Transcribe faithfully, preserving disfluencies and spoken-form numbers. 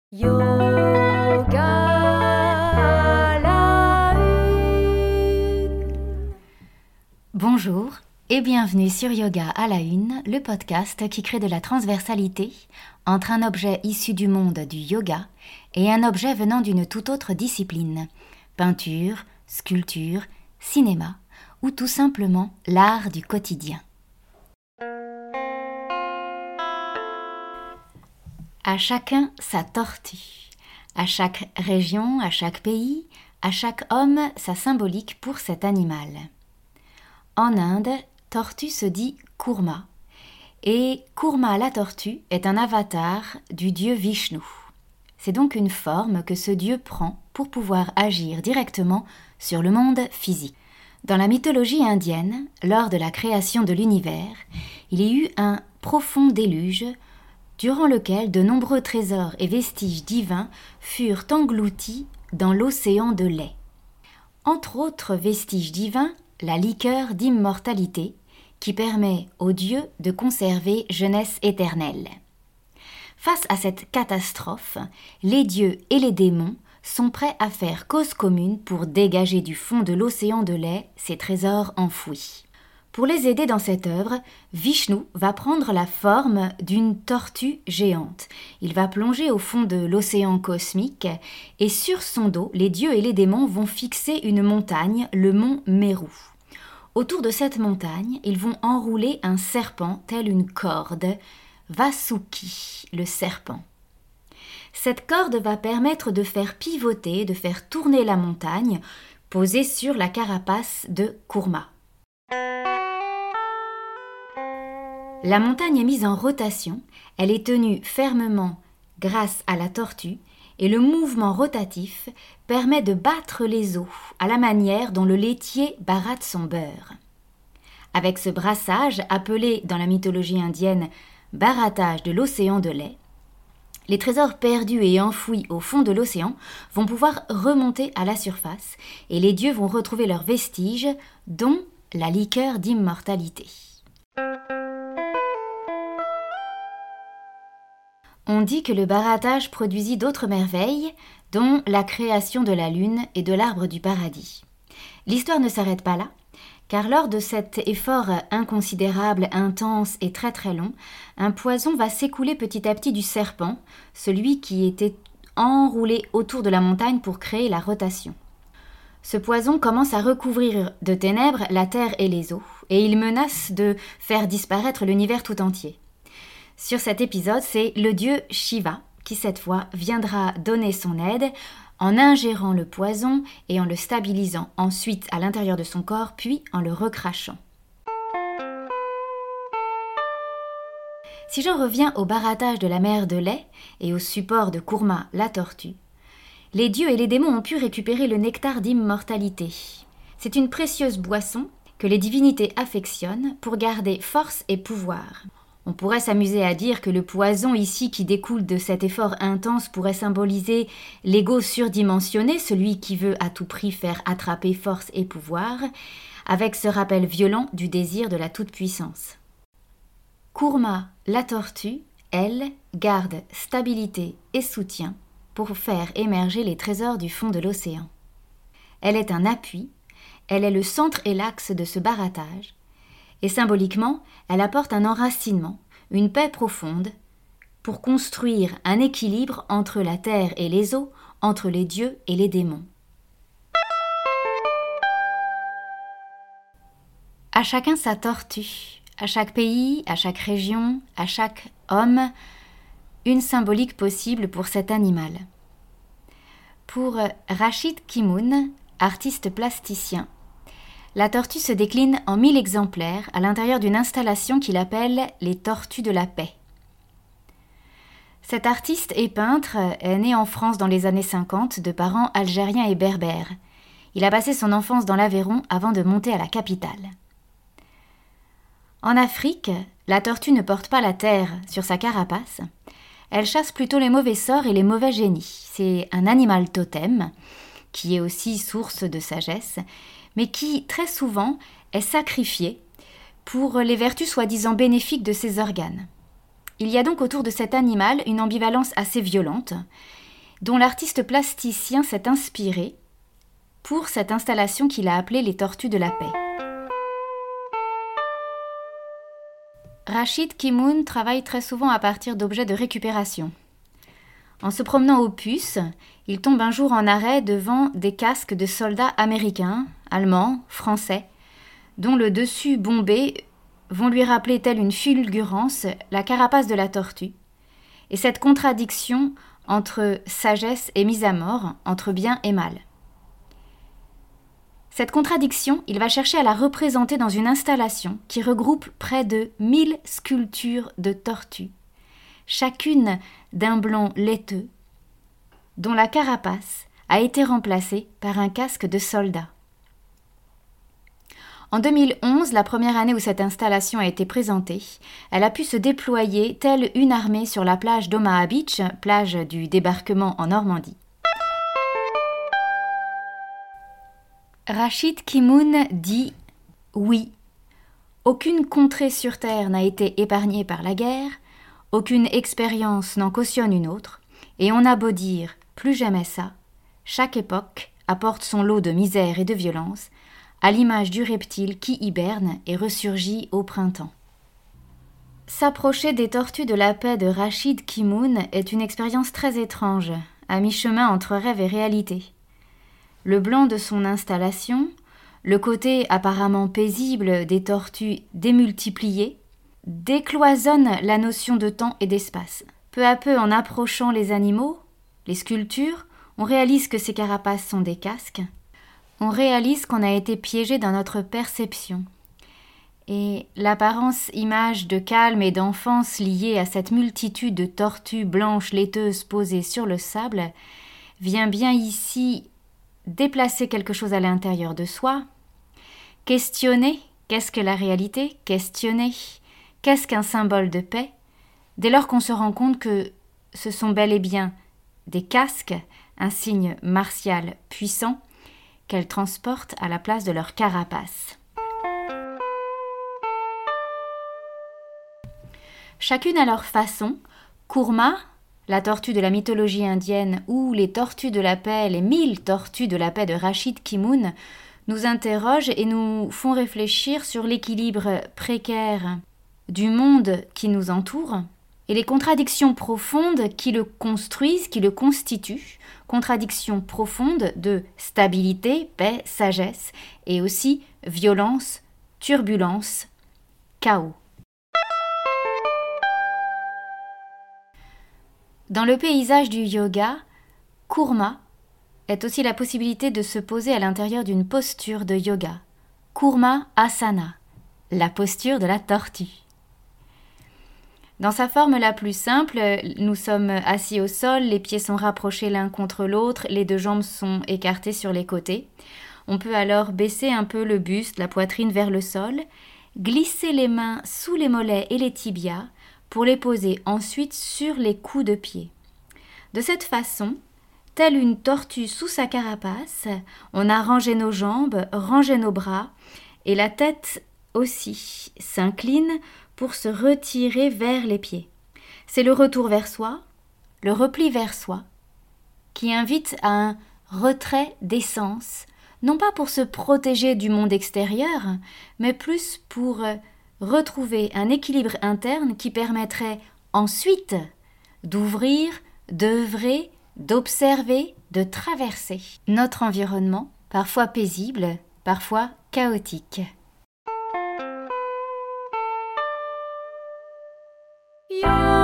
Yoga la une. Bonjour et bienvenue sur Yoga à la une, le podcast qui crée de la transversalité entre un objet issu du monde du yoga et un objet venant d'une toute autre discipline, peinture, sculpture, cinéma ou tout simplement l'art du quotidien. À chacun sa tortue, à chaque région, à chaque pays, à chaque homme sa symbolique pour cet animal. En Inde, tortue se dit Kurma, et Kurma la tortue est un avatar du dieu Vishnu. C'est donc une forme que ce dieu prend pour pouvoir agir directement sur le monde physique. Dans la mythologie indienne, lors de la création de l'univers, il y eut un profond déluge durant lequel de nombreux trésors et vestiges divins furent engloutis dans l'océan de lait. Entre autres vestiges divins, la liqueur d'immortalité qui permet aux dieux de conserver jeunesse éternelle. Face à cette catastrophe, les dieux et les démons sont prêts à faire cause commune pour dégager du fond de l'océan de lait ces trésors enfouis. Pour les aider dans cette œuvre, Vishnu va prendre la forme d'une tortue géante. Il va plonger au fond de l'océan cosmique et sur son dos, les dieux et les démons vont fixer une montagne, le mont Meru. Autour de cette montagne, ils vont enrouler un serpent tel une corde, Vasuki, le serpent. Cette corde va permettre de faire pivoter, de faire tourner la montagne, posée sur la carapace de Kurma. La montagne est mise en rotation, elle est tenue fermement grâce à la tortue et le mouvement rotatif permet de battre les eaux à la manière dont le laitier baratte son beurre. Avec ce brassage, appelé dans la mythologie indienne barattage de l'océan de lait, les trésors perdus et enfouis au fond de l'océan vont pouvoir remonter à la surface et les dieux vont retrouver leurs vestiges, dont la liqueur d'immortalité. On dit que le barattage produisit d'autres merveilles, dont la création de la lune et de l'arbre du paradis. L'histoire ne s'arrête pas là, car lors de cet effort inconsidérable, intense et très très long, un poison va s'écouler petit à petit du serpent, celui qui était enroulé autour de la montagne pour créer la rotation. Ce poison commence à recouvrir de ténèbres la terre et les eaux, et il menace de faire disparaître l'univers tout entier. Sur cet épisode, c'est le dieu Shiva qui, cette fois, viendra donner son aide en ingérant le poison et en le stabilisant ensuite à l'intérieur de son corps, puis en le recrachant. Si j'en reviens au barattage de la mer de lait et au support de Kurma, la tortue, les dieux et les démons ont pu récupérer le nectar d'immortalité. C'est une précieuse boisson que les divinités affectionnent pour garder force et pouvoir. On pourrait s'amuser à dire que le poison ici qui découle de cet effort intense pourrait symboliser l'ego surdimensionné, celui qui veut à tout prix faire attraper force et pouvoir, avec ce rappel violent du désir de la toute-puissance. Kurma, la tortue, elle, garde stabilité et soutien pour faire émerger les trésors du fond de l'océan. Elle est un appui, elle est le centre et l'axe de ce barattage, et symboliquement, elle apporte un enracinement, une paix profonde, pour construire un équilibre entre la terre et les eaux, entre les dieux et les démons. À chacun sa tortue, à chaque pays, à chaque région, à chaque homme, une symbolique possible pour cet animal. Pour Rachid Kimoun, artiste plasticien, la tortue se décline en mille exemplaires à l'intérieur d'une installation qu'il appelle « Les tortues de la paix ». Cet artiste et peintre est né en France dans les années cinquante de parents algériens et berbères. Il a passé son enfance dans l'Aveyron avant de monter à la capitale. En Afrique, la tortue ne porte pas la terre sur sa carapace. Elle chasse plutôt les mauvais sorts et les mauvais génies. C'est un animal totem qui est aussi source de sagesse, mais qui, très souvent, est sacrifié pour les vertus soi-disant bénéfiques de ses organes. Il y a donc autour de cet animal une ambivalence assez violente, dont l'artiste plasticien s'est inspiré pour cette installation qu'il a appelée les Tortues de la Paix. Rachid Kimoun travaille très souvent à partir d'objets de récupération. En se promenant aux Puces, il tombe un jour en arrêt devant des casques de soldats américains, allemands, français, dont le dessus bombé vont lui rappeler telle une fulgurance la carapace de la tortue, et cette contradiction entre sagesse et mise à mort, entre bien et mal. Cette contradiction, il va chercher à la représenter dans une installation qui regroupe près de mille sculptures de tortues, chacune d'un blond laiteux, dont la carapace a été remplacée par un casque de soldat. En deux mille onze, la première année où cette installation a été présentée, elle a pu se déployer telle une armée sur la plage d'Omaha Beach, plage du débarquement en Normandie. Rachid Kimoun dit « Oui, aucune contrée sur Terre n'a été épargnée par la guerre, aucune expérience n'en cautionne une autre, et on a beau dire « plus jamais ça », chaque époque apporte son lot de misère et de violence, à l'image du reptile qui hiberne et ressurgit au printemps. » S'approcher des Tortues de la Paix de Rachid Kimoun est une expérience très étrange, à mi-chemin entre rêve et réalité. Le blanc de son installation, le côté apparemment paisible des tortues démultipliées, décloisonnent la notion de temps et d'espace. Peu à peu, en approchant les animaux, les sculptures, on réalise que ces carapaces sont des casques. On réalise qu'on a été piégé dans notre perception. Et l'apparence image de calme et d'enfance liée à cette multitude de tortues blanches laiteuses posées sur le sable vient bien ici déplacer quelque chose à l'intérieur de soi, questionner qu'est-ce que la réalité, questionner qu'est-ce qu'un symbole de paix, dès lors qu'on se rend compte que ce sont bel et bien des casques, un signe martial puissant, qu'elles transportent à la place de leur carapace. Chacune à leur façon, Kurma, la tortue de la mythologie indienne, ou les tortues de la paix, les mille tortues de la paix de Rachid Kimoun, nous interrogent et nous font réfléchir sur l'équilibre précaire du monde qui nous entoure et les contradictions profondes qui le construisent, qui le constituent, contradictions profondes de stabilité, paix, sagesse, et aussi violence, turbulence, chaos. Dans le paysage du yoga, Kurma est aussi la possibilité de se poser à l'intérieur d'une posture de yoga, Kurma Asana, la posture de la tortue. Dans sa forme la plus simple, nous sommes assis au sol, les pieds sont rapprochés l'un contre l'autre, les deux jambes sont écartées sur les côtés. On peut alors baisser un peu le buste, la poitrine vers le sol, glisser les mains sous les mollets et les tibias pour les poser ensuite sur les coups de pied. De cette façon, telle une tortue sous sa carapace, on a rangé nos jambes, rangé nos bras, et la tête aussi s'incline pour se retirer vers les pieds. C'est le retour vers soi, le repli vers soi, qui invite à un retrait d'essence, non pas pour se protéger du monde extérieur, mais plus pour retrouver un équilibre interne qui permettrait ensuite d'ouvrir, d'œuvrer, d'observer, de traverser notre environnement, parfois paisible, parfois chaotique. Yeah.